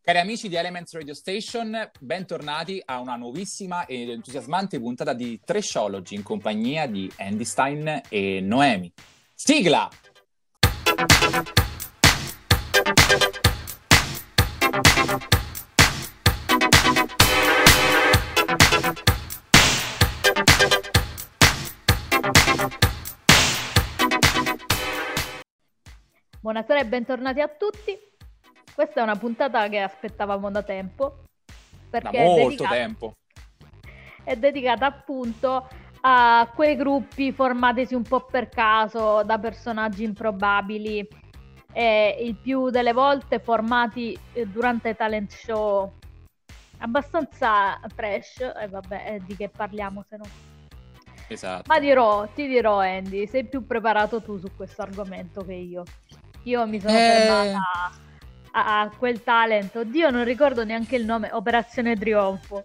Cari amici di Elements Radio Station, bentornati a una nuovissima ed entusiasmante puntata di Trashology in compagnia di Andy Stein e Noemi. Sigla! Buonasera e bentornati a tutti. Questa è una puntata che aspettavamo da tempo, perché da molto tempo. È dedicata appunto a quei gruppi formatisi un po' per caso da personaggi improbabili e il più delle volte formati durante talent show abbastanza trash, e vabbè, di che parliamo se no? Esatto. Ma ti dirò Andy, sei più preparato tu su questo argomento che io. Io mi sono fermata a quel talent, oddio non ricordo neanche il nome, Operazione Trionfo.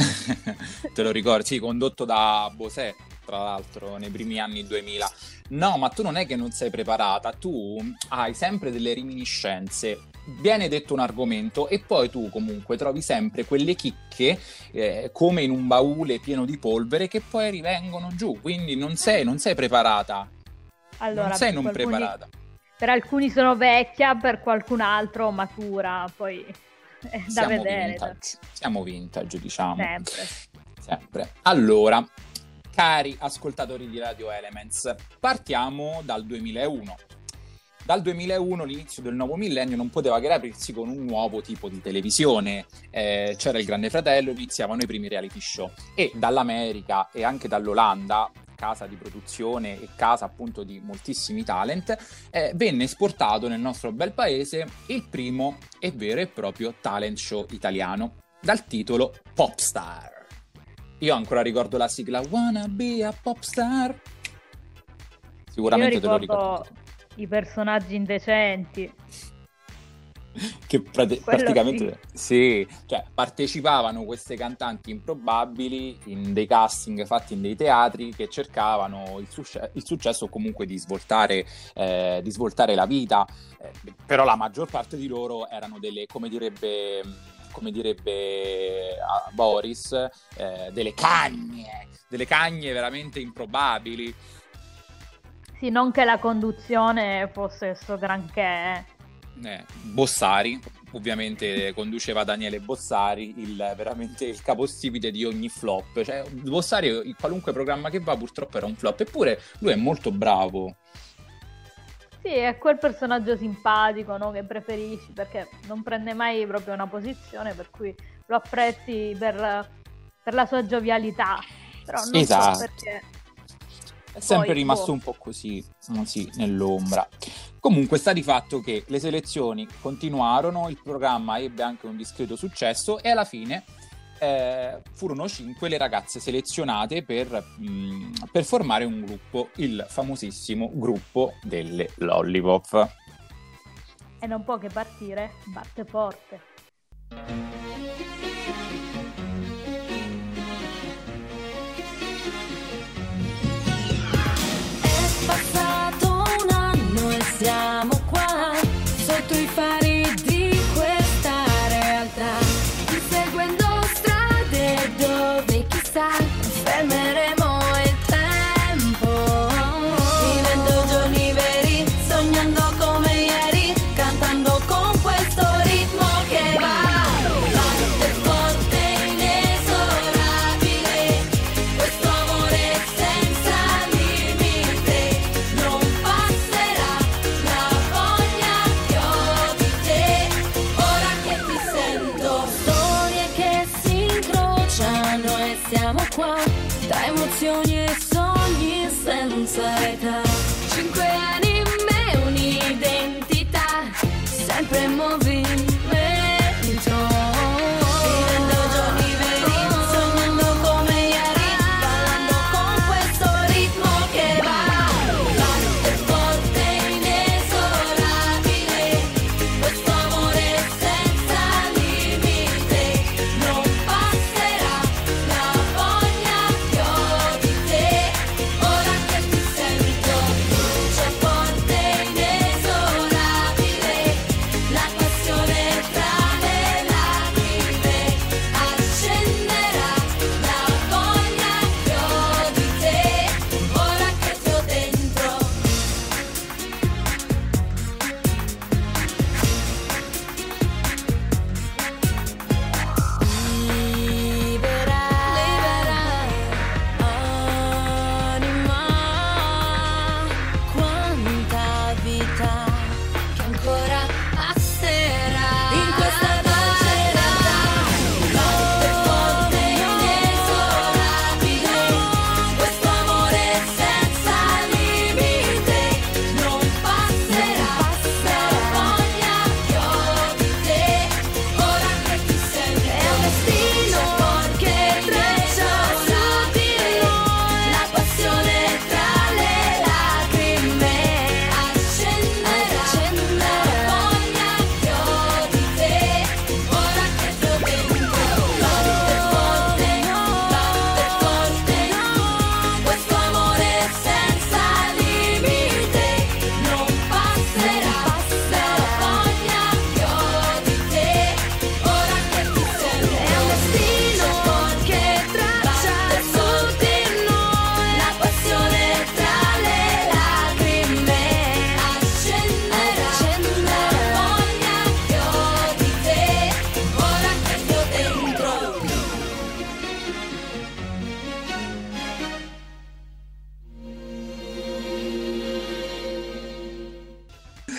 Te lo ricordi? Sì, condotto da Bosè, tra l'altro, nei primi anni 2000. No, ma tu non è che non sei preparata, tu hai sempre delle reminiscenze. Viene detto un argomento e poi tu comunque trovi sempre quelle chicche come in un baule pieno di polvere che poi rivengono giù, quindi non sei preparata. Allora, non sei non preparata. Per alcuni sono vecchia, per qualcun altro matura, poi è da Siamo vedere. Vintage. Siamo vintage, diciamo. Sempre. Allora, cari ascoltatori di Radio Elements, partiamo dal 2001. Dal 2001, l'inizio del nuovo millennio, non poteva che aprirsi con un nuovo tipo di televisione. C'era il Grande Fratello, iniziavano i primi reality show. E dall'America e anche dall'Olanda, casa di produzione e casa appunto di moltissimi talent, venne esportato nel nostro bel paese il primo e vero e proprio talent show italiano, dal titolo Popstar. Io ancora ricordo la sigla Wanna be a Popstar. Sicuramente te lo ricordo. I personaggi indecenti che praticamente sì, cioè partecipavano queste cantanti improbabili in dei casting fatti in dei teatri che cercavano il successo o comunque di svoltare la vita, però la maggior parte di loro erano delle, come direbbe Boris, delle cagne veramente improbabili. Sì, non che la conduzione fosse sto granché. Bossari, ovviamente conduceva Daniele Bossari, veramente il capostipite di ogni flop. Cioè, Bossari, qualunque programma che va, purtroppo era un flop. Eppure lui è molto bravo. Sì, è quel personaggio simpatico, no, che preferisci, perché non prende mai proprio una posizione, per cui lo apprezzi per la sua giovialità. Però non so perché. È sempre rimasto un po' così nell'ombra. Comunque sta di fatto che le selezioni continuarono, il programma ebbe anche un discreto successo e alla fine furono 5 le ragazze selezionate per formare un gruppo, il famosissimo gruppo delle Lollipop. E non può che partire, batte forte. Passato un anno e siamo qua, sotto i fari di questa realtà, inseguendo strade dove chissà fermeremo il tempo, vivendo giorni veri, sognando come ieri, cantando con questo ritmo che va. Siamo qua, tra emozioni e sogni senza età. 5 anime, un'identità, sempre in movimento. Vivendo giorni veri, sognando come ieri, ballando con questo ritmo che va. Batte forte, inesorabile, questo amore senza limite non passerà. La voglia che ho di te.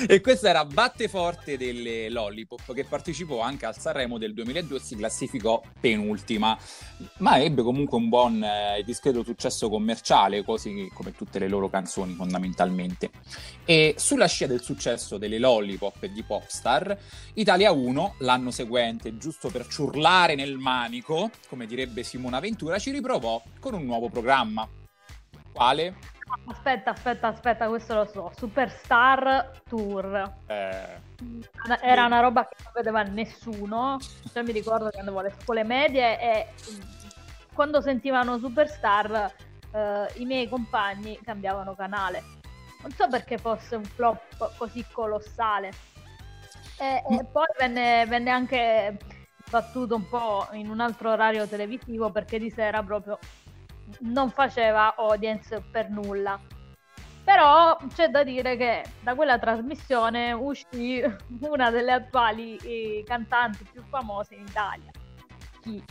E questo era Batteforte delle Lollipop, che partecipò anche al Sanremo del 2002 e si classificò penultima, ma ebbe comunque un buon e discreto successo commerciale, così come tutte le loro canzoni fondamentalmente. E sulla scia del successo delle Lollipop e di Popstar, Italia 1 l'anno seguente, giusto per ciurlare nel manico, come direbbe Simona Ventura, ci riprovò con un nuovo programma. Quale? Aspetta, questo lo so. Superstar Tour. Era sì. una roba che non vedeva nessuno. Cioè, mi ricordo che andavo alle scuole medie e quando sentivano Superstar i miei compagni cambiavano canale. Non so perché fosse un flop così colossale. E poi venne anche battuto un po' in un altro orario televisivo perché di sera proprio non faceva audience per nulla. Però c'è da dire che da quella trasmissione uscì una delle attuali cantanti più famose in Italia. Chi?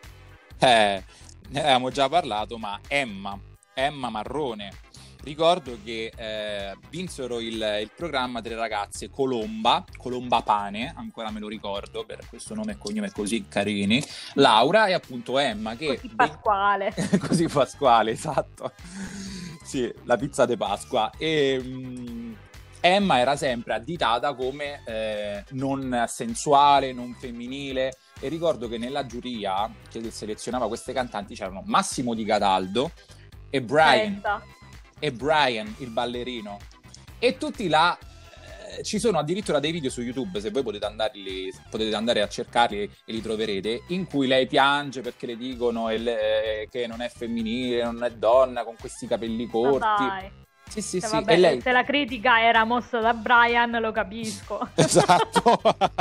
Ne avevamo già parlato, ma Emma Marrone. Ricordo che vinsero il programma delle ragazze Colomba Pane, ancora me lo ricordo per questo nome e cognome così carini, Laura e appunto Emma, che Così Pasquale. così Pasquale, esatto. Sì, la pizza de Pasqua. E Emma era sempre additata come non sensuale, non femminile, e ricordo che nella giuria che selezionava queste cantanti c'erano Massimo Di Cataldo e Brian, il ballerino, e tutti là. Ci sono addirittura dei video su YouTube, se voi potete andare a cercarli e li troverete, in cui lei piange perché le dicono che non è femminile, non è donna, con questi capelli corti. Sì. Vabbè, E lei... se la critica era mossa da Brian, lo capisco. Esatto.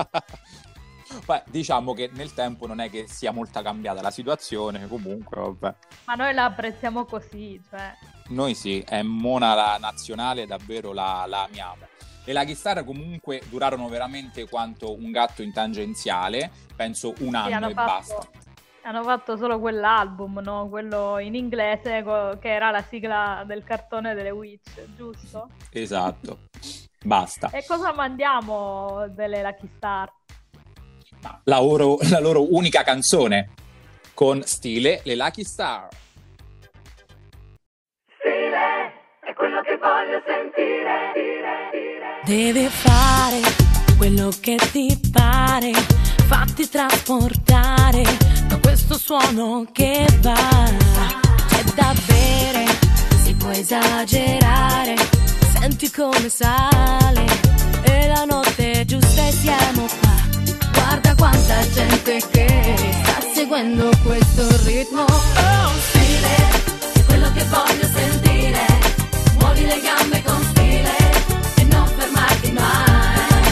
Beh, diciamo che nel tempo non è che sia molto cambiata la situazione, comunque vabbè. Ma noi la apprezziamo così, cioè. Noi sì, è mona la nazionale, davvero la amiamo. Le Lucky Star comunque durarono veramente quanto un gatto in tangenziale, penso un anno e basta. Hanno fatto solo quell'album, no? Quello in inglese che era la sigla del cartone delle Witch, giusto? Esatto, basta. E cosa mandiamo delle Lucky Star? La loro unica canzone con stile, le Lucky Star. Stile è quello che voglio sentire. Devi fare quello che ti pare, fatti trasportare da questo suono che va. C'è da bere, si può esagerare, senti come sale e la notte è giusta e siamo qua. Guarda quanta gente che sta seguendo questo ritmo. Oh, stile è quello che voglio sentire, muovi le gambe con stile e non fermarti mai.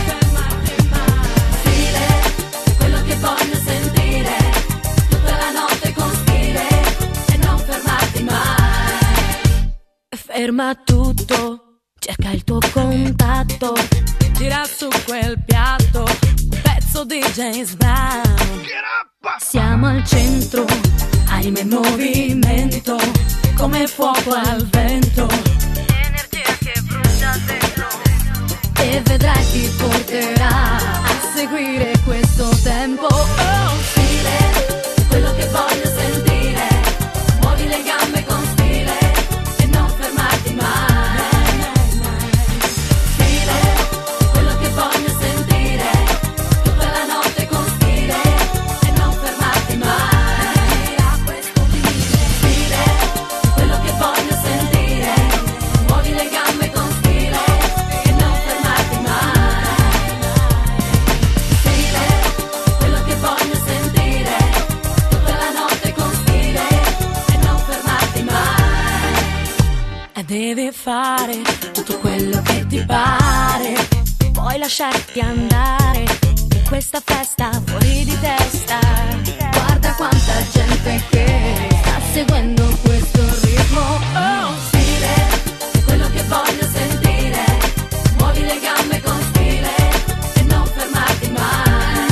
Stile è quello che voglio sentire, tutta la notte con stile e non fermarti mai. Ferma tutto, cerca il tuo contatto, gira su quel piatto, pezzo di James Brown. Siamo al centro, anima in movimento, come fuoco al vento, energia che brucia dentro, e vedrai ti porterà a seguire questo tempo. Oh, stile è quello che voglio sentire, muovi le gambe con stile e non fermarti mai. Stile è quello che voglio sentire, tutta la notte con stile e non fermarti mai. Stile è quello che voglio sentire, muovi le gambe con stile e non fermarti mai. Stile è quello che voglio sentire, tutta la notte con stile e non fermarti mai. E devi fare tutto quello che ti pare, puoi lasciarti andare in questa festa fuori di testa. Guarda quanta gente che sta seguendo questo ritmo. Oh, stile è quello che voglio sentire, muovi le gambe con stile e non fermarti mai.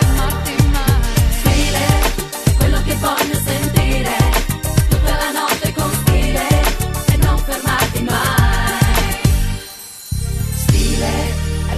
Stile è quello che voglio sentire, tutta la notte con stile e non fermarti mai. Stile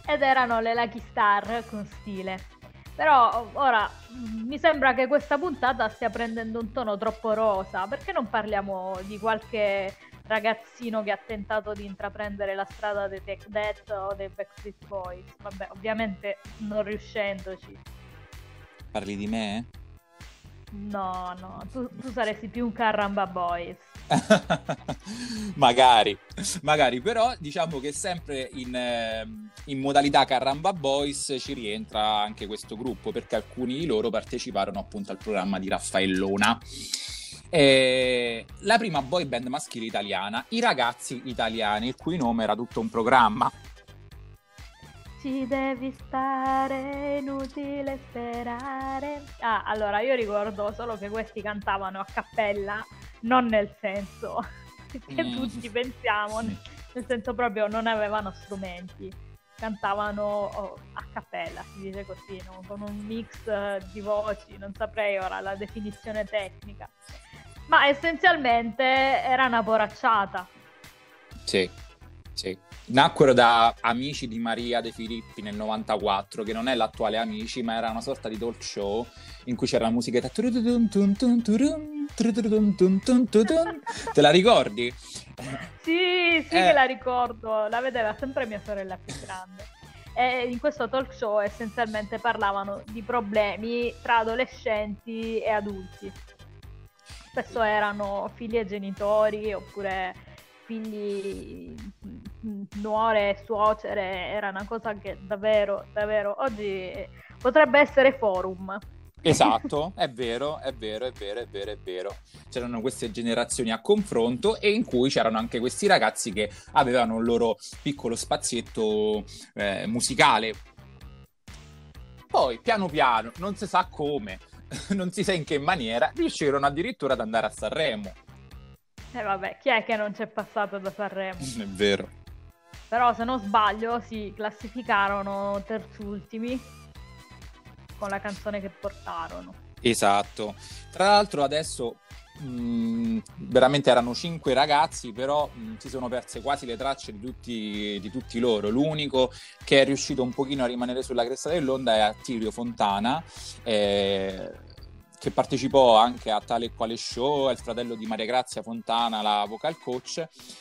ed erano le Lucky Star con stile. Però ora mi sembra che questa puntata stia prendendo un tono troppo rosa, perché non parliamo di qualche ragazzino che ha tentato di intraprendere la strada dei Take That o dei Backstreet Boys? Vabbè, ovviamente non riuscendoci. Parli di me? No, tu saresti più un Carramba Boys. Magari, però diciamo che sempre in modalità Carramba Boys ci rientra anche questo gruppo, perché alcuni di loro parteciparono appunto al programma di Raffaellona. La prima boy band maschile italiana, i Ragazzi Italiani, il cui nome era tutto un programma. Ci devi stare, inutile sperare. Allora io ricordo solo che questi cantavano a cappella, non nel senso che tutti pensiamo, nel senso proprio non avevano strumenti, cantavano a cappella, si dice così, no? Con un mix di voci, non saprei ora la definizione tecnica, ma essenzialmente era una poracciata. Sì. Nacquero da amici di Maria De Filippi nel 94, che non è l'attuale Amici, ma era una sorta di talk show in cui c'era la musichetta. Te la ricordi? Sì, che la ricordo, la vedeva sempre mia sorella più grande. E in questo talk show essenzialmente parlavano di problemi tra adolescenti e adulti. Spesso erano figli e genitori, oppure figli, nuore e suocere. Era una cosa che davvero oggi potrebbe essere forum. Esatto, è vero. C'erano queste generazioni a confronto, e in cui c'erano anche questi ragazzi che avevano il loro piccolo spazietto musicale. Poi piano piano, non si sa come, non si sa in che maniera, riuscirono addirittura ad andare a Sanremo. Vabbè, chi è che non c'è passato da Sanremo? È vero. Però se non sbaglio si classificarono terzultimi con la canzone che portarono. Esatto. Tra l'altro adesso veramente erano 5 ragazzi, però si sono perse quasi le tracce di tutti loro. L'unico che è riuscito un pochino a rimanere sulla cresta dell'onda è Attilio Fontana, che partecipò anche a Tale e Quale Show, è il fratello di Maria Grazia Fontana, la vocal coach,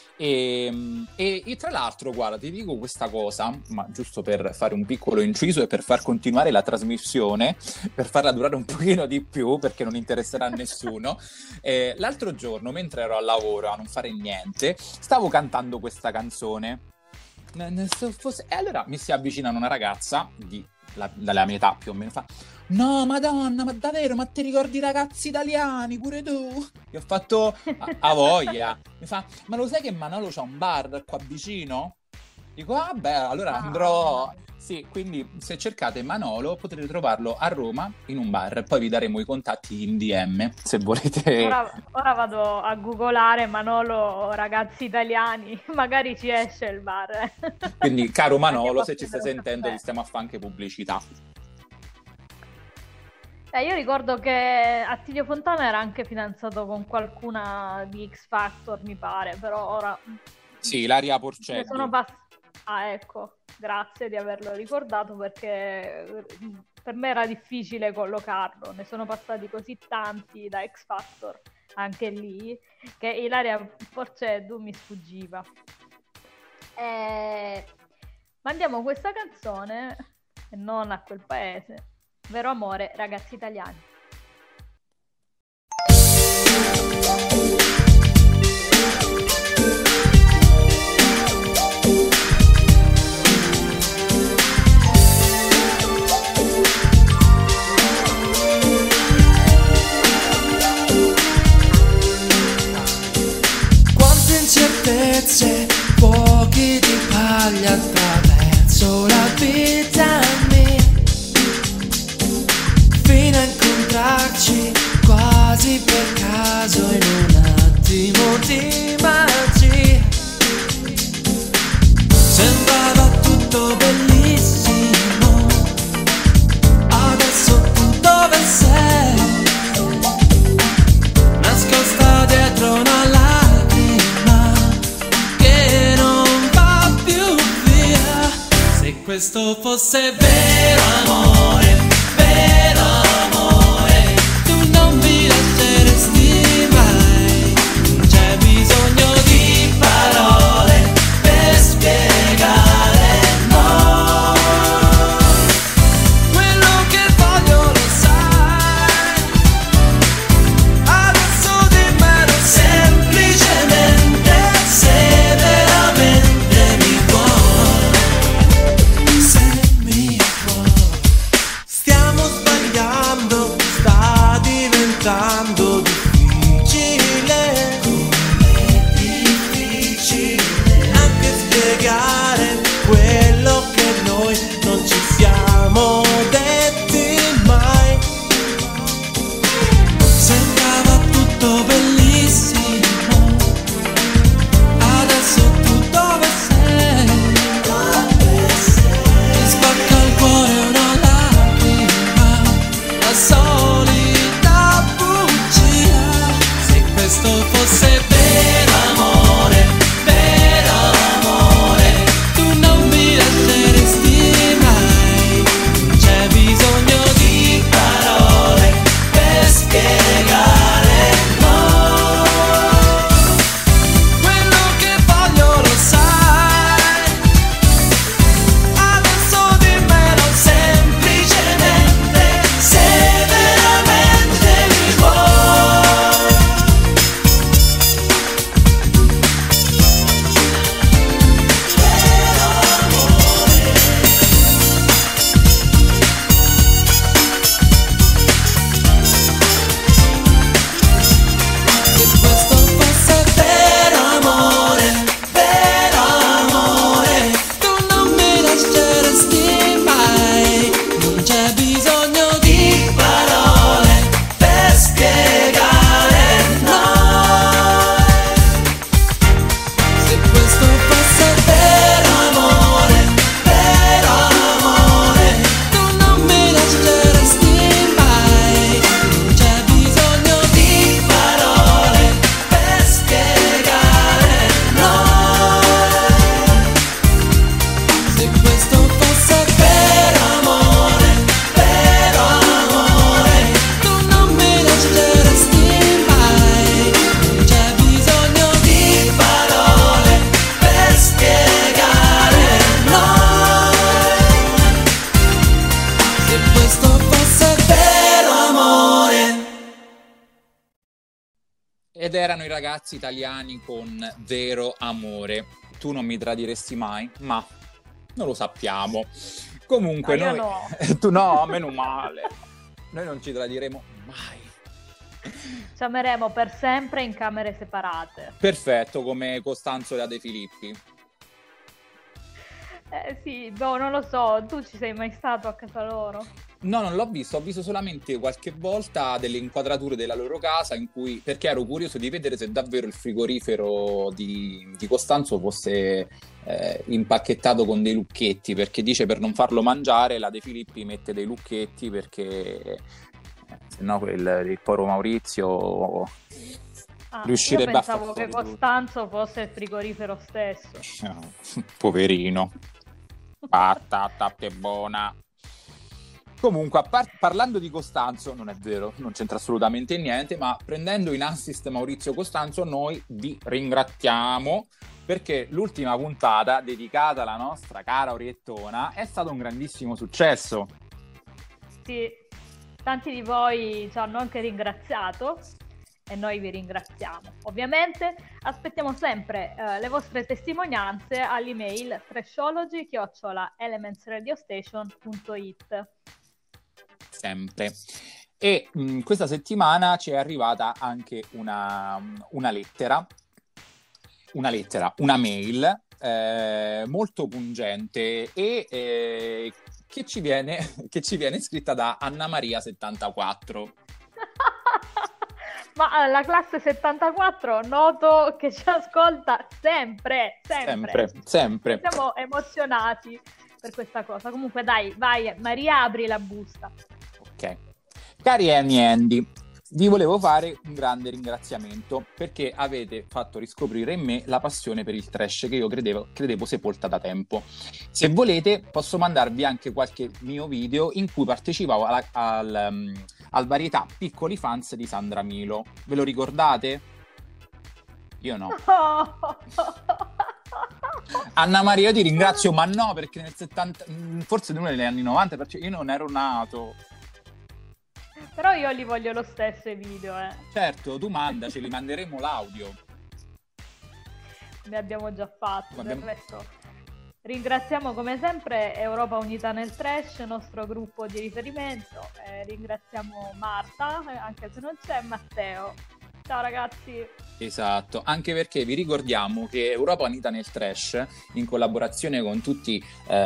e tra l'altro, guarda, ti dico questa cosa, ma giusto per fare un piccolo inciso e per far continuare la trasmissione, per farla durare un pochino di più, perché non interesserà a nessuno. L'altro giorno, mentre ero al lavoro a non fare niente, stavo cantando questa canzone, e allora mi si avvicina una ragazza dalla mia età più o meno, fa: no, madonna, ma davvero, ma ti ricordi i Ragazzi Italiani pure tu? Io ho fatto a voglia. Mi fa: ma lo sai che Manolo c'ha un bar qua vicino? Dico: ah beh, allora andrò. Sì, quindi se cercate Manolo potrete trovarlo a Roma in un bar, poi vi daremo i contatti in DM se volete. Ora vado a googolare Manolo Ragazzi Italiani, magari ci esce il bar. Quindi caro Manolo, se ci stai sentendo ti stiamo a fare anche pubblicità. Io ricordo che Attilio Fontana era anche fidanzato con qualcuna di X Factor, mi pare, però ora... Sì, Ilaria Porcelli. Ecco, grazie di averlo ricordato, perché per me era difficile collocarlo, ne sono passati così tanti da X Factor, anche lì, che Ilaria Porcelli mi sfuggiva. Mandiamo questa canzone, e non a quel paese. Vero amore, Ragazzi Italiani. Quante incertezze, fuochi di paglia attraverso la vita mia, fino a incontrarci quasi per caso in un attimo di magia. Sembrava tutto bellissimo, adesso tu dove sei? Nascosta dietro una lacrima che non va più via. Se questo fosse vero amore, tu non mi lasceresti mai. Non c'è bisogno di parole per spiegare noi. Quello che voglio lo sai, adesso dimmelo semplicemente, se veramente mi vuoi, se mi vuoi. Stiamo sbagliando, sta diventando difficile, come difficile anche spiegare quello che noi non ci siamo detti mai. Sembrava tutto bellissimo, adesso tu dove sei? Mi spacca il cuore una lacrima, la solita bugia. Se questo fosse vero amore, tu non mi lasceresti mai. Non c'è bisogno di parole per spiegare noi. Quello che voglio lo sai, adesso dimmelo semplicemente, se veramente mi vuoi. Se questo fosse vero amore, tu non mi lasceresti mai. Non c'è bisogno di parole per spiegare noi. Se questo fosse vero amore, tu non mi lasceresti mai. Non c'è bisogno di parole per spiegare noi. Se questo fosse vero amore, tu non mi lasceresti mai. Non c'è bisogno di parole per spiegare noi. Se questo fosse vero amore. Ed erano i ragazzi italiani con Vero Amore. Tu non mi tradiresti mai? Ma non lo sappiamo. Comunque Io noi... no. Tu no, meno male. Noi non ci tradiremo mai. Ci ameremo per sempre in camere separate. Perfetto, come Costanzo e la De Filippi. Sì, boh, non lo so, tu ci sei mai stato a casa loro? No, non l'ho visto, ho visto solamente qualche volta delle inquadrature della loro casa in cui, perché ero curioso di vedere se davvero il frigorifero di Costanzo fosse impacchettato con dei lucchetti, perché dice per non farlo mangiare la De Filippi mette dei lucchetti perché se no il povero Maurizio riuscirebbe io a far pensavo che fuori tutto. Costanzo fosse il frigorifero stesso. Poverino. Patata che buona. Comunque, parlando di Costanzo, non è vero, non c'entra assolutamente niente, ma prendendo in assist Maurizio Costanzo, noi vi ringraziamo perché l'ultima puntata dedicata alla nostra cara Oriettona è stato un grandissimo successo. Sì, tanti di voi ci hanno anche ringraziato e noi vi ringraziamo. Ovviamente aspettiamo sempre le vostre testimonianze all'email trashology@elementsradiostation.it. Sempre. E questa settimana ci è arrivata anche una mail molto pungente e che ci viene scritta da Anna Maria 74. Ma la classe 74 noto che ci ascolta sempre. Siamo emozionati per questa cosa. Comunque dai, vai Maria, apri la busta. Ok. Cari Annie e Andy, Vi volevo fare un grande ringraziamento perché avete fatto riscoprire in me la passione per il trash che io credevo sepolta da tempo. Se volete posso mandarvi anche qualche mio video in cui partecipavo al varietà Piccoli Fans di Sandra Milo. Ve lo ricordate? Io no. Anna Maria, io ti ringrazio, ma no, perché nel 70, forse uno degli anni 90, perché io non ero nato. Però io li voglio lo stesso i video, Certo, tu ce li manderemo l'audio. Ne abbiamo già fatto, Abbiamo- del resto. Ringraziamo come sempre Europa Unita nel Trash, nostro gruppo di riferimento. Ringraziamo Marta, anche se non c'è, Matteo. Ciao ragazzi. Esatto, anche perché vi ricordiamo che Europa Unita nel Trash, in collaborazione con tutti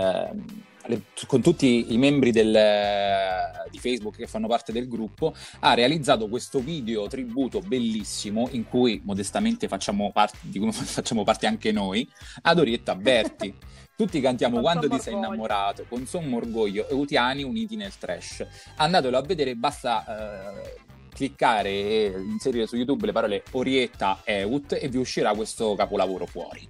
i membri di Facebook che fanno parte del gruppo, ha realizzato questo video tributo bellissimo in cui modestamente di cui facciamo parte anche noi, ad Orietta Berti. Tutti cantiamo Con Quando sommo ti sei orgoglio. innamorato, con sommo orgoglio, Eutiani uniti nel trash. Andatelo a vedere, basta cliccare e inserire su YouTube le parole Orietta Eut e vi uscirà questo capolavoro fuori.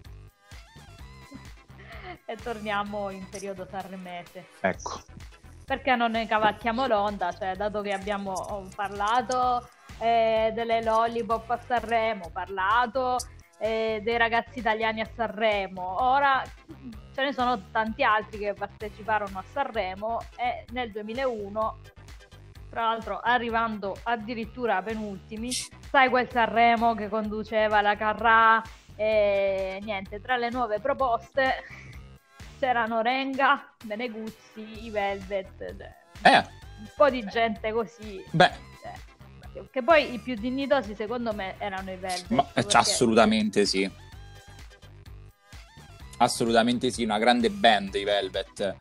E torniamo in periodo sanremese. Ecco. Perché non ne cavalchiamo l'onda? Cioè, dato che abbiamo parlato delle lollipop a Sanremo, parlato dei ragazzi italiani a Sanremo, ora ce ne sono tanti altri che parteciparono a Sanremo e nel 2001, tra l'altro arrivando addirittura penultimi, sai quel Sanremo che conduceva la Carrà e niente, tra le nuove proposte c'erano Renga, Meneguzzi, i Velvet, un po' di gente così. Beh, Che poi i più dignitosi secondo me erano i Velvet. ma perché- assolutamente sì. Assolutamente sì, una grande band i Velvet,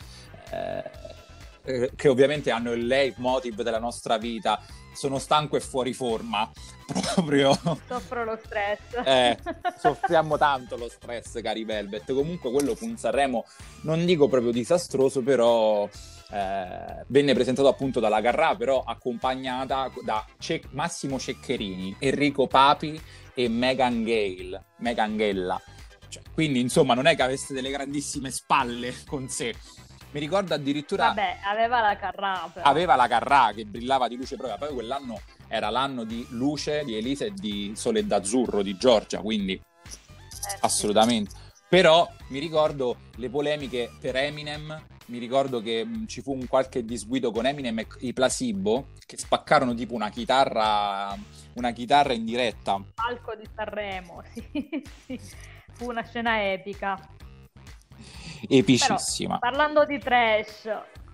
che ovviamente hanno il leitmotiv della nostra vita. Sono stanco e fuori forma, proprio. Soffro lo stress. Soffriamo tanto lo stress, cari Velvet. Comunque quello fu un Sanremo, non dico proprio disastroso, però venne presentato appunto dalla Carrà, però accompagnata da Massimo Ceccherini, Enrico Papi e Megan Ghella. Cioè, quindi insomma non è che avesse delle grandissime spalle con sé. Mi ricordo addirittura Vabbè, aveva la Carrà però. aveva la Carrà che brillava di luce propria. Poi quell'anno era l'anno di Luce, di Elisa e di Sole d'Azzurro di Giorgia, quindi Sì. assolutamente. Però mi ricordo le polemiche per Eminem, mi ricordo che ci fu un qualche disguido con Eminem e i Placebo che spaccarono tipo una chitarra in diretta. Palco di Sanremo, sì, sì. Fu una scena epica. Epicissima. Però, parlando di trash,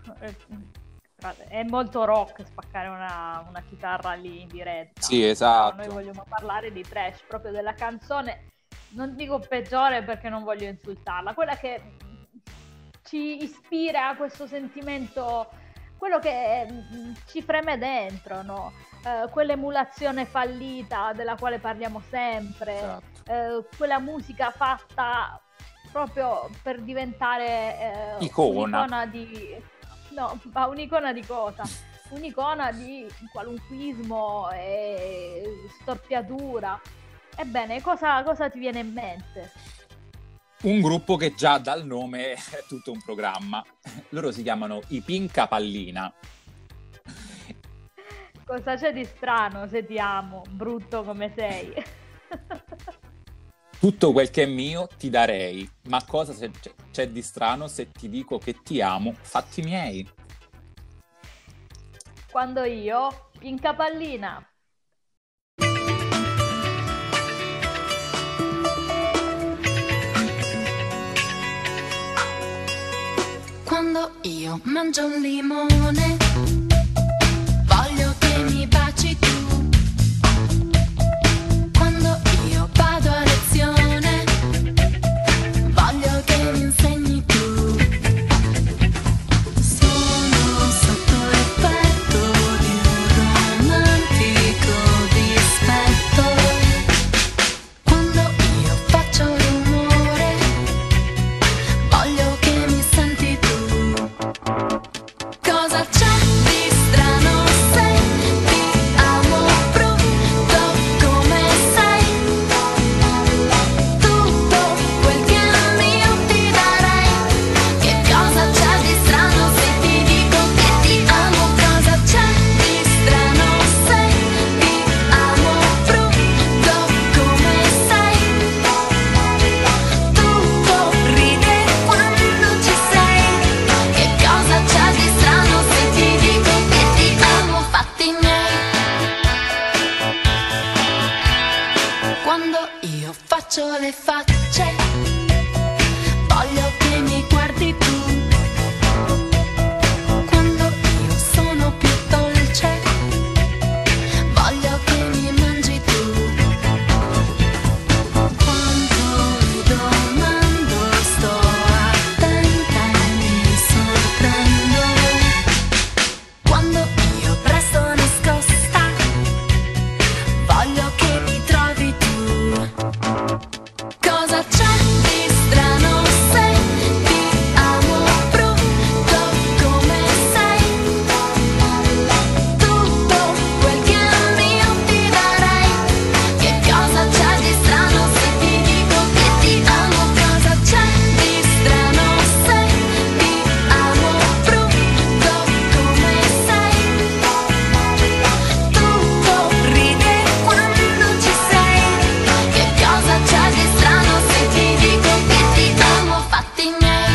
è molto rock spaccare una chitarra lì in diretta. Sì, esatto. Noi vogliamo parlare di trash, proprio della canzone, non dico peggiore perché non voglio insultarla, quella che ci ispira a questo sentimento, quello che ci preme dentro, no? Quell'emulazione fallita della quale parliamo sempre, Esatto. quella musica fatta proprio per diventare Icona. un'icona di... No, ma un'icona di cosa? Un'icona di qualunquismo e storpiatura. Ebbene, cosa ti viene in mente? Un gruppo che già dal nome è tutto un programma. Loro si chiamano i Pinca Pallina. Cosa c'è di strano se ti amo, brutto come sei? Tutto quel che è mio ti darei, ma cosa c'è di strano se ti dico che ti amo, fatti miei? Quando io, Pinca Pallina. Quando io mangio un limone, voglio che mi baci tu. Quando io vado a lezione, voglio che mi insegni tu. Sono sotto l'effetto di un romantico dispetto. Quando io faccio rumore, voglio che mi senti tu. Cosa c'è? faccio le facce, voglio che mi guardi tu. Quando io sono più dolce, voglio che mi mangi tu. Quando domando sto attenta e mi sorprendo. Quando io resto nascosta, voglio che mi trovi tu. Cosa c'è di strano se ti amo brutto come sei? Tutto quel che è mio ti darei. Che cosa c'è di strano se ti dico che ti amo? Cosa c'è di strano se ti amo brutto come sei? Tutto ride quando ci sei. Che cosa c'è di strano se ti dico che ti amo? Fatti miei.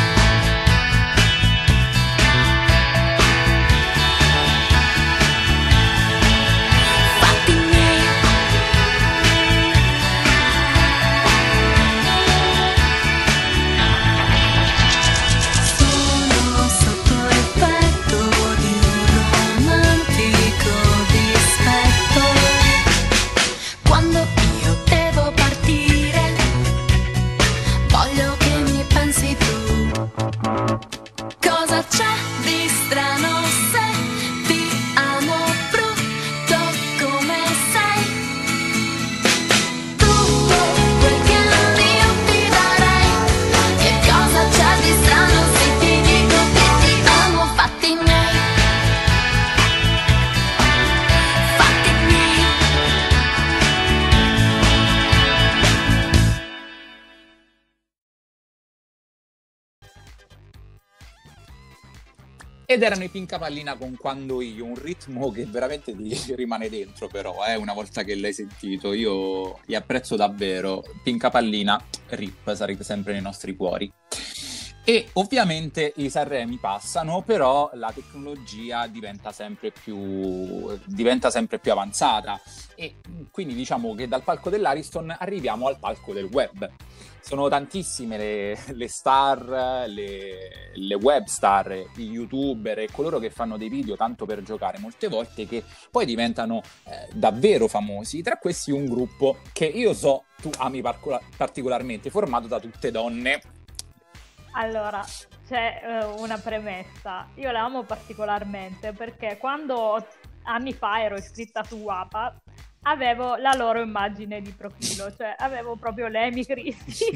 Fatti miei. Sono sotto effetto di un romantico dispetto. Quando io devo partire, voglio che mi pensi tu. Cosa c'è di strano se ti amo brutto come sei? Tutto quel che è mio ti darei. Che cosa c'è di strano se ti dico che ti amo? Fatti miei. Fatti miei. Ed erano i Pinca Pallina con Quando io, un ritmo che veramente ti rimane dentro però, una volta che l'hai sentito. Io li apprezzo davvero. Pinca Pallina, RIP, sarebbe sempre nei nostri cuori. E ovviamente i Sanremi passano, però la tecnologia diventa sempre più avanzata e quindi diciamo che dal palco dell'Ariston arriviamo al palco del web. Sono tantissime le star, le web star, gli youtuber e coloro che fanno dei video tanto per giocare molte volte che poi diventano davvero famosi. Tra questi un gruppo che io so tu ami particolarmente, formato da tutte donne. Allora, c'è una premessa. Io la amo particolarmente perché quando anni fa ero iscritta su WAPA avevo la loro immagine di profilo, cioè avevo proprio l'Amy Christie.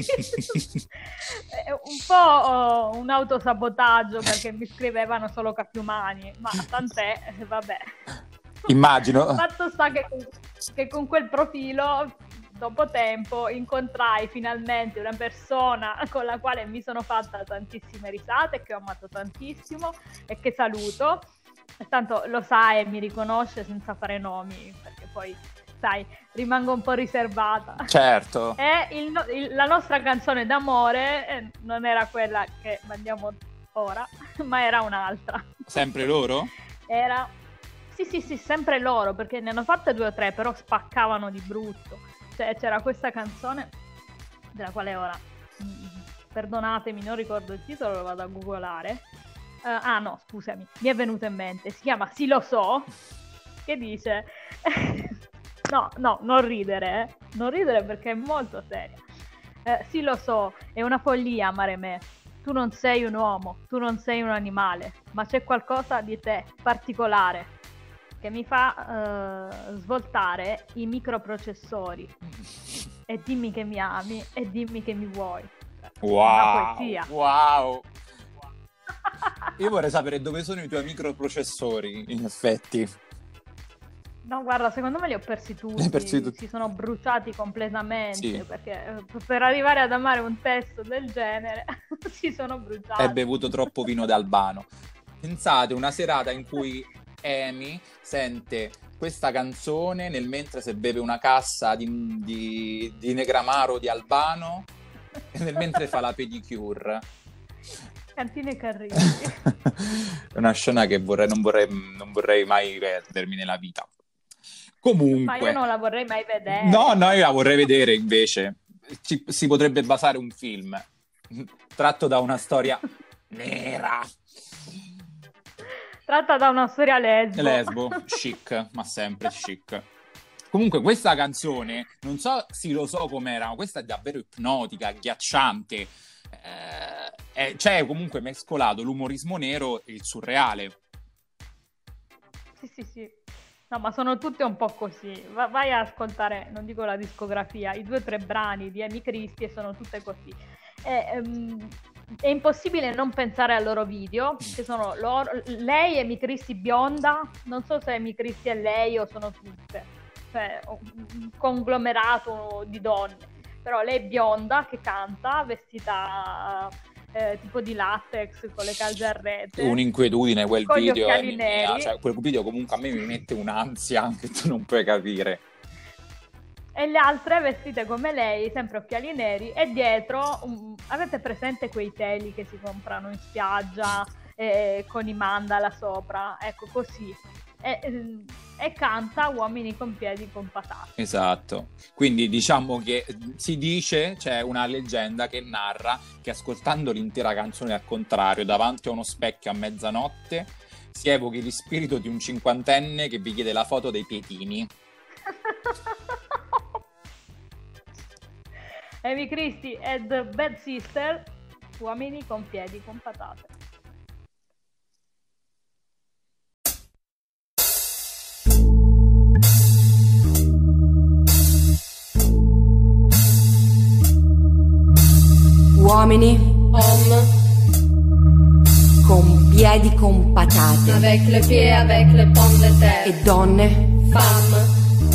Un po' un autosabotaggio perché mi scrivevano solo capiumani, ma tant'è, vabbè. Immagino. Fatto sta che con quel profilo dopo tempo incontrai finalmente una persona con la quale mi sono fatta tantissime risate, che ho amato tantissimo e che saluto. E tanto lo sa e mi riconosce senza fare nomi, perché poi, sai, rimango un po' riservata. Certo. E la nostra canzone d'amore non era quella che mandiamo ora, ma era un'altra. Sempre loro? Era... Sì, sempre loro, perché ne hanno fatte 2 o 3, però spaccavano di brutto. Cioè, c'era questa canzone della quale ora, perdonatemi, non ricordo il titolo, lo vado a googolare. No, scusami, mi è venuto in mente, si chiama Sì lo so, che dice no, non ridere perché è molto seria. Sì lo so, è una follia amare me, tu non sei un uomo, tu non sei un animale, ma c'è qualcosa di te particolare che mi fa svoltare i microprocessori. E dimmi che mi ami e dimmi che mi vuoi. Una poesia. Wow. Io vorrei sapere dove sono i tuoi microprocessori, in effetti. No, guarda, secondo me li ho persi tutti. Si sono bruciati completamente, sì. Perché per arrivare ad amare un testo del genere si sono bruciati. Hai bevuto troppo vino d'Albano. Pensate, una serata in cui Amy sente questa canzone nel mentre se beve una cassa di Negramaro di Albano e nel mentre fa la pedicure. Cantine Carrisi. È una scena che non vorrei mai perdermi nella vita. Comunque, ma io non la vorrei mai vedere. No, io la vorrei vedere invece. si potrebbe basare un film tratto da una storia nera. Tratta da una storia Lesbo, chic, ma sempre chic. Comunque questa canzone, non so se lo so com'era, ma questa è davvero ipnotica, agghiacciante. C'è comunque mescolato l'umorismo nero e il surreale. Sì. No, ma sono tutte un po' così. Vai a ascoltare, non dico la discografia, i 2 o 3 brani di Amy Christie e sono tutte così. È impossibile non pensare al loro video, che sono lei e Amy Christie bionda. Non so se Amy Christie è lei o sono tutte, cioè un conglomerato di donne. Però lei bionda che canta, vestita tipo di latex con le calze a rete. Un'inquietudine quel con video, gli occhiali neri. cioè, quel video comunque a me mi mette un'ansia che tu non puoi capire. E le altre vestite come lei, sempre occhiali neri, e dietro avete presente quei teli che si comprano in spiaggia con i mandala sopra? Ecco, così. E canta Uomini con piedi con patate. Esatto. Quindi diciamo che si dice, c'è una leggenda che narra che ascoltando l'intera canzone al contrario davanti a uno specchio a mezzanotte si evochi lo spirito di un cinquantenne che vi chiede la foto dei piedini. Amy Christie e The Bad Sister, Uomini con piedi con patate. Uomini con piedi con patate Avec le pied, avec le pomme de terre. e donne Femme,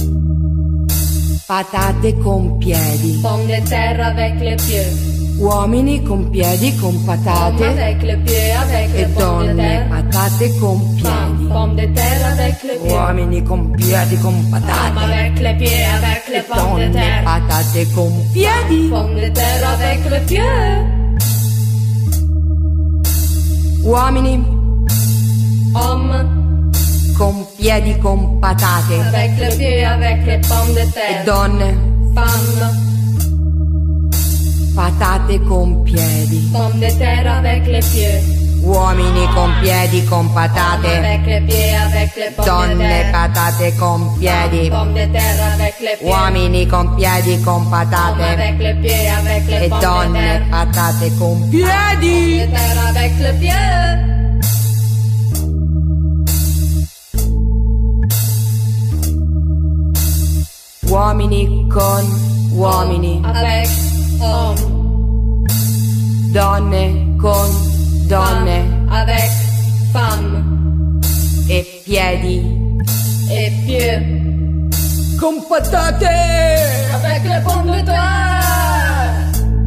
patate con piedi. pomme de terre avec les pieds. Uomini con piedi con Homme patate avec le pied, avec e le pomme de donne terre. patate con Femme, piedi. pomme de terre avec le pied. Uomini con piedi con Homme patate avec les pieds, avec e les pommes de donne terre. patate con piedi. Pomme de terre avec le pied. Uomini Homme con piedi con patate avec le pied, avec les pommes de e terre. donne Femme, patate con piedi. pomme de terre avec les pieds. Uomini con piedi con Homme patate, avec les pieds, avec les pommes de donne terre. patate con piedi. Pomme de terre avec les pieds. Uomini con piedi con Homme patate avec les pieds, avec les e pommes de donne terre. patate con Pomme piedi. de terre avec le pied. Uomini con uomini, Avec homme. donne con donne Femme avec femme. e piedi Et pieds. con patate. Avec les pommes de terre.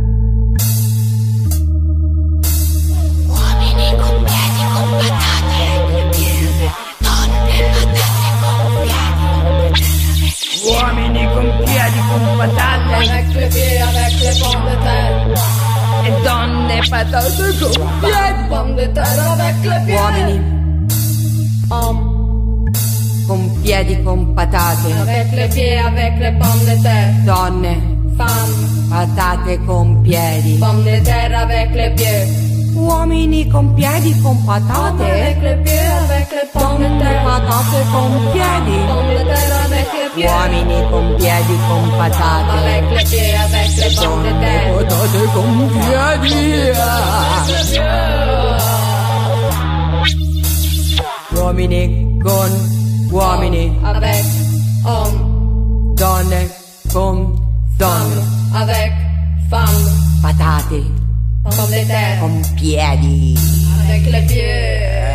Uomini con piedi con patate, donne patate con piedi. Uomini con piedi con patate Avec les pieds, avec les pommes de terre. e donne patate con piedi. Pommes de terre avec les pieds. Uomini Homme con piedi con patate, avec les pieds, avec les pommes de terre. donne Femme, patate con piedi. pommes de terre avec les pieds. Uomini con piedi con Homme patate, avec les pieds, avec les pommes de donne terre. patate con piedi. Pommes de terre avec les pieds. Uomini con piedi con patate, Avec les pieds, avec les pommes de terre. patate con piedi. Uomini con uomini, Avec homme. donne con donne, Avec femme. patate Pommes de terre. con piedi. Avec les pieds.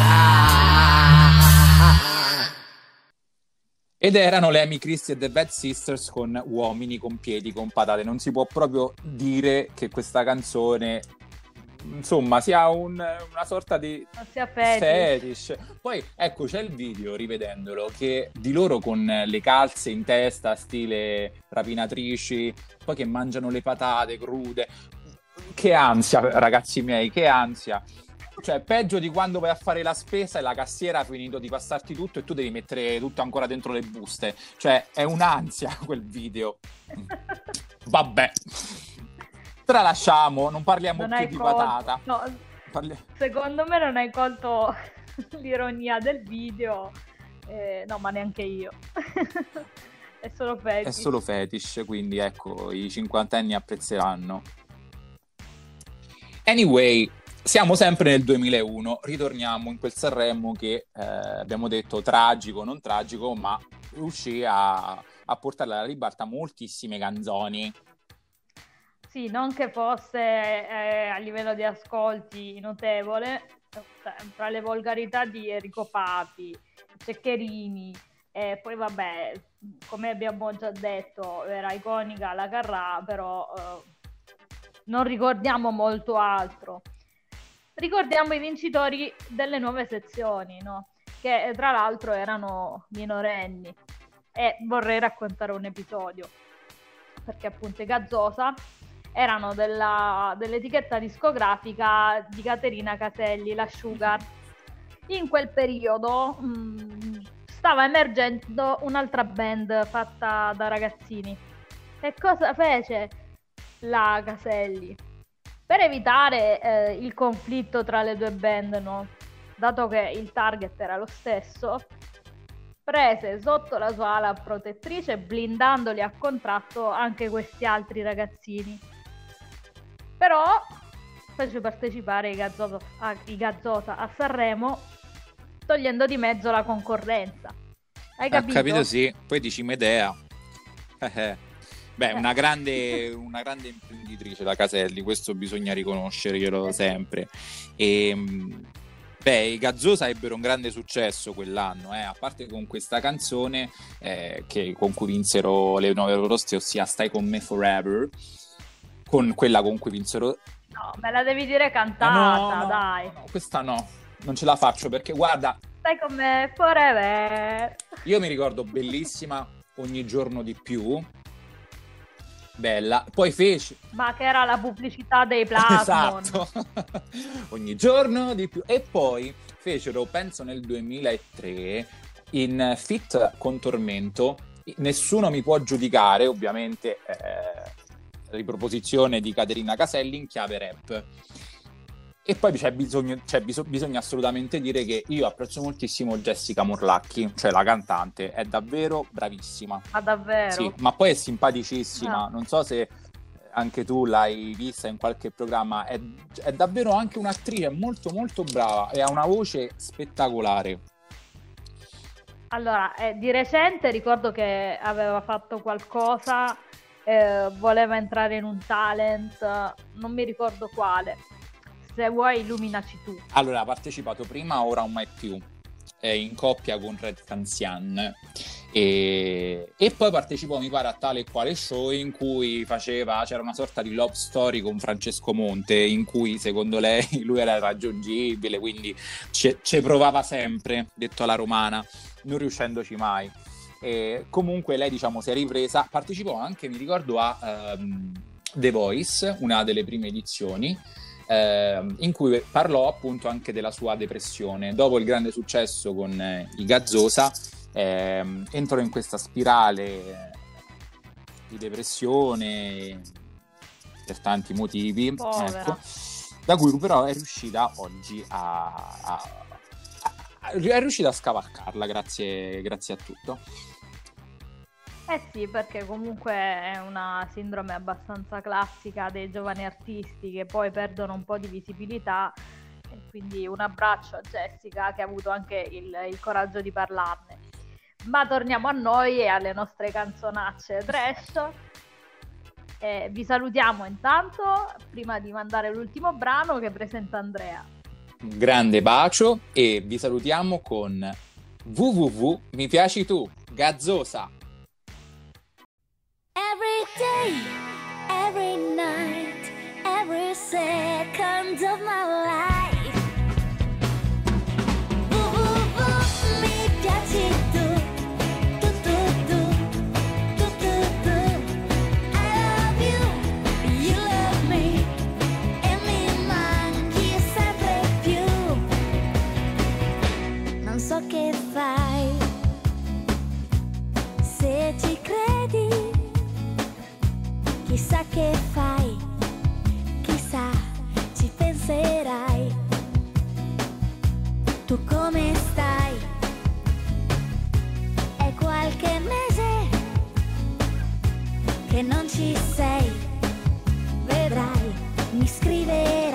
Ed erano le Amy Christie e The Bad Sisters con Uomini con piedi con patate. Non si può proprio dire che questa canzone, insomma, sia una sorta di Non sia fetish. Poi ecco, c'è il video, rivedendolo, che di loro con le calze in testa stile rapinatrici, poi che mangiano le patate crude. Che ansia, ragazzi miei, che ansia. Cioè, peggio di quando vai a fare la spesa e la cassiera ha finito di passarti tutto e tu devi mettere tutto ancora dentro le buste. Cioè, è un'ansia quel video. Vabbè, tralasciamo, non parliamo Non più hai di colto. patata. No, secondo me non hai colto l'ironia del video. No, ma neanche io. È solo fetish. È solo fetish, quindi ecco, i 50enni apprezzeranno. Anyway, siamo sempre nel 2001, ritorniamo in quel Sanremo che abbiamo detto tragico, non tragico, ma riuscì a portare alla ribalta moltissime canzoni. Sì, non che fosse a livello di ascolti notevole, tra le volgarità di Enrico Papi, Ceccherini, e poi vabbè, come abbiamo già detto, era iconica la Carrà, però non ricordiamo molto altro. Ricordiamo i vincitori delle nuove sezioni, no? Che tra l'altro erano minorenni, e vorrei raccontare un episodio, perché appunto i Gazzosa erano dell'etichetta discografica di Caterina Caselli, la Sugar. In quel periodo stava emergendo un'altra band fatta da ragazzini. E cosa fece la Caselli? Per evitare il conflitto tra le due band, no? Dato che il target era lo stesso, prese sotto la sua ala protettrice, blindandoli a contratto anche questi altri ragazzini. Però fece partecipare i Gazzosa a Sanremo, togliendo di mezzo la concorrenza. Hai capito? Capito, sì. Poi dici Medea. Beh, una grande imprenditrice la Caselli, questo bisogna riconoscerglielo sempre. E beh, i Gazzosa ebbero un grande successo quell'anno, a parte con questa canzone con cui vinsero le 9 Roste, ossia Stai con me forever, con quella con cui vinsero... No, me la devi dire cantata, no, dai. No, questa no, non ce la faccio perché guarda... Stai con me forever. Io mi ricordo bellissima Ogni giorno di più, bella, poi fece... Ma che era la pubblicità dei Plasmon. Esatto, Ogni giorno di più. E poi fecero, penso nel 2003, in feat con Tormento, Nessuno mi può giudicare, ovviamente riproposizione di Caterina Caselli in chiave rap. E poi bisogna assolutamente dire che io apprezzo moltissimo Jessica Morlacchi, cioè la cantante, è davvero bravissima. Ma davvero? Sì, ma poi è simpaticissima, Ah. non so se anche tu l'hai vista in qualche programma, è davvero anche un'attrice molto molto brava e ha una voce spettacolare. Allora, di recente ricordo che aveva fatto qualcosa, voleva entrare in un talent, non mi ricordo quale. Se vuoi illuminaci tu. Allora, ha partecipato prima Ora o mai più, in coppia con Red Canzian, e poi partecipò, mi pare, a Tale e Quale Show, in cui c'era una sorta di love story con Francesco Monte, in cui secondo lei lui era irraggiungibile, quindi ci provava sempre, detto alla romana, non riuscendoci mai. E comunque lei, diciamo, si è ripresa, partecipò anche, mi ricordo, a The Voice, una delle prime edizioni, in cui parlò appunto anche della sua depressione. Dopo il grande successo con i Gazzosa, entrò in questa spirale di depressione per tanti motivi, ecco, da cui però è riuscita oggi è riuscita a scavalcarla grazie a tutto. Eh sì, perché comunque è una sindrome abbastanza classica dei giovani artisti che poi perdono un po' di visibilità, e quindi un abbraccio a Jessica, che ha avuto anche il coraggio di parlarne. Ma torniamo a noi e alle nostre canzonacce trash. Vi salutiamo intanto, prima di mandare l'ultimo brano che presenta Andrea. Un grande bacio e vi salutiamo con www mi piaci tu, Gazzosa. Every day, every night, every second of my life. Mi piaci tu, tu tu tu, tu tu tu. I love you, you love me, e mi manchi sempre più. Non so che fai, se ci credi. chissà che fai, chissà, ci penserai. Tu come stai? È qualche mese che non ci sei, vedrai, mi scriverai.